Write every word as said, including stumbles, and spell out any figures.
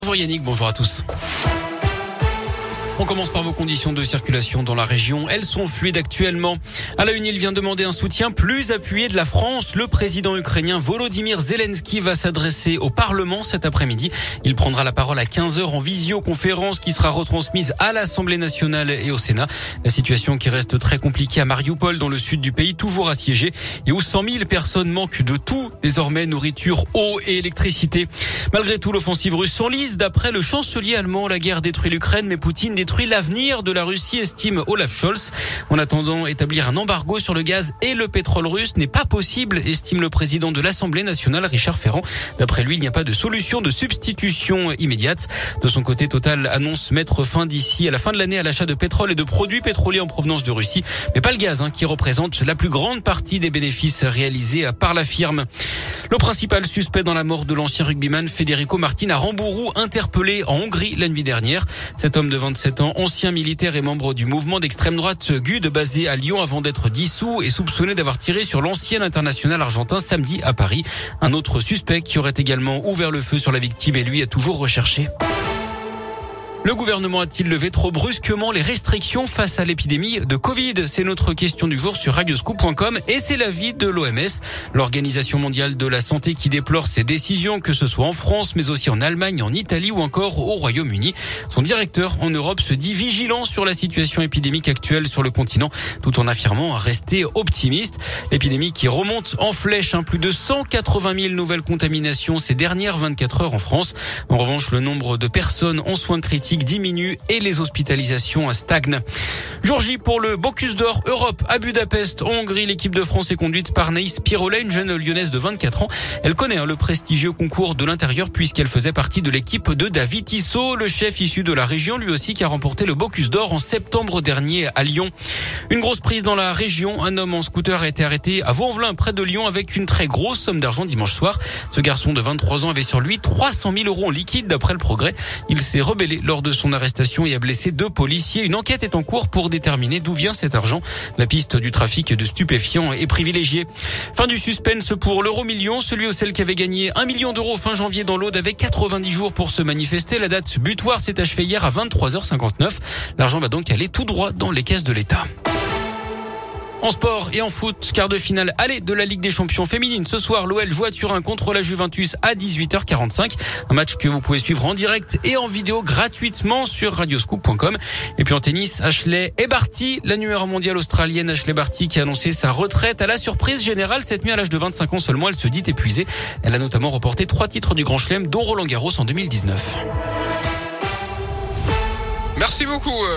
Bonjour Yannick, bonjour à tous. On commence par vos conditions de circulation dans la région. Elles sont fluides actuellement. À la une, il vient demander un soutien plus appuyé de la France. Le président ukrainien Volodymyr Zelensky va s'adresser au Parlement cet après-midi. Il prendra la parole à quinze heures en visioconférence qui sera retransmise à l'Assemblée nationale et au Sénat. La situation qui reste très compliquée à Mariupol dans le sud du pays, toujours assiégé et où cent mille personnes manquent de tout. Désormais, nourriture, eau et électricité. Malgré tout, l'offensive russe s'enlise. D'après le chancelier allemand, la guerre détruit l'Ukraine, mais Poutine détruit l'avenir de la Russie, estime Olaf Scholz. En attendant, établir un embargo sur le gaz et le pétrole russe n'est pas possible, estime le président de l'Assemblée nationale, Richard Ferrand. D'après lui, il n'y a pas de solution de substitution immédiate. De son côté, Total annonce mettre fin d'ici à la fin de l'année à l'achat de pétrole et de produits pétroliers en provenance de Russie, mais pas le gaz, hein, qui représente la plus grande partie des bénéfices réalisés par la firme. Le principal suspect dans la mort de l'ancien rugbyman Federico Martin à Rambourou, interpellé en Hongrie la nuit dernière. Cet homme de vingt-sept ans, ancien militaire et membre du mouvement d'extrême droite G U D, basé à Lyon avant d'être dissous et soupçonné d'avoir tiré sur l'ancien international argentin samedi à Paris. Un autre suspect qui aurait également ouvert le feu sur la victime et lui est toujours recherché. Le gouvernement a-t-il levé trop brusquement les restrictions face à l'épidémie de Covid? C'est notre question du jour sur radioscoop point com et c'est l'avis de l'O M S, l'Organisation mondiale de la santé, qui déplore ces décisions, que ce soit en France, mais aussi en Allemagne, en Italie ou encore au Royaume-Uni. Son directeur en Europe se dit vigilant sur la situation épidémique actuelle sur le continent, tout en affirmant rester optimiste. L'épidémie qui remonte en flèche, hein, plus de cent quatre-vingt mille nouvelles contaminations ces dernières vingt-quatre heures en France. En revanche, le nombre de personnes en soins critiques diminue et les hospitalisations stagnent. Jour J pour le Bocuse d'Or Europe à Budapest, en Hongrie. L'équipe de France est conduite par Naïs Pirolet, une jeune lyonnaise de vingt-quatre ans. Elle connaît hein, le prestigieux concours de l'intérieur puisqu'elle faisait partie de l'équipe de David Tissot, le chef issu de la région, lui aussi, qui a remporté le Bocuse d'Or en septembre dernier à Lyon. Une grosse prise dans la région. Un homme en scooter a été arrêté à Vaux-en-Velin, près de Lyon, avec une très grosse somme d'argent dimanche soir. Ce garçon de vingt-trois ans avait sur lui trois cent mille euros en liquide d'après le Progrès. Il s'est rebellé lors de son arrestation et a blessé deux policiers. Une enquête est en cours pour déterminer d'où vient cet argent. La piste du trafic de stupéfiants est privilégiée. Fin du suspense pour l'euro million. Celui ou celle qui avait gagné un million d'euros fin janvier dans l'Aude avait quatre-vingt-dix jours pour se manifester. La date butoir s'est achevée hier à vingt-trois heures cinquante-neuf. L'argent va donc aller tout droit dans les caisses de l'État. En sport et en foot, quart de finale aller de la Ligue des Champions féminine. Ce soir, l'O L joue à Turin contre la Juventus à dix-huit heures quarante-cinq. Un match que vous pouvez suivre en direct et en vidéo gratuitement sur radioscoop point com. Et puis en tennis, Ashley Barty, la numéro mondiale australienne Ashley Barty, qui a annoncé sa retraite à la surprise générale cette nuit à l'âge de vingt-cinq ans seulement. Elle se dit épuisée. Elle a notamment remporté trois titres du Grand Chelem, dont Roland Garros en deux mille dix-neuf. Merci beaucoup.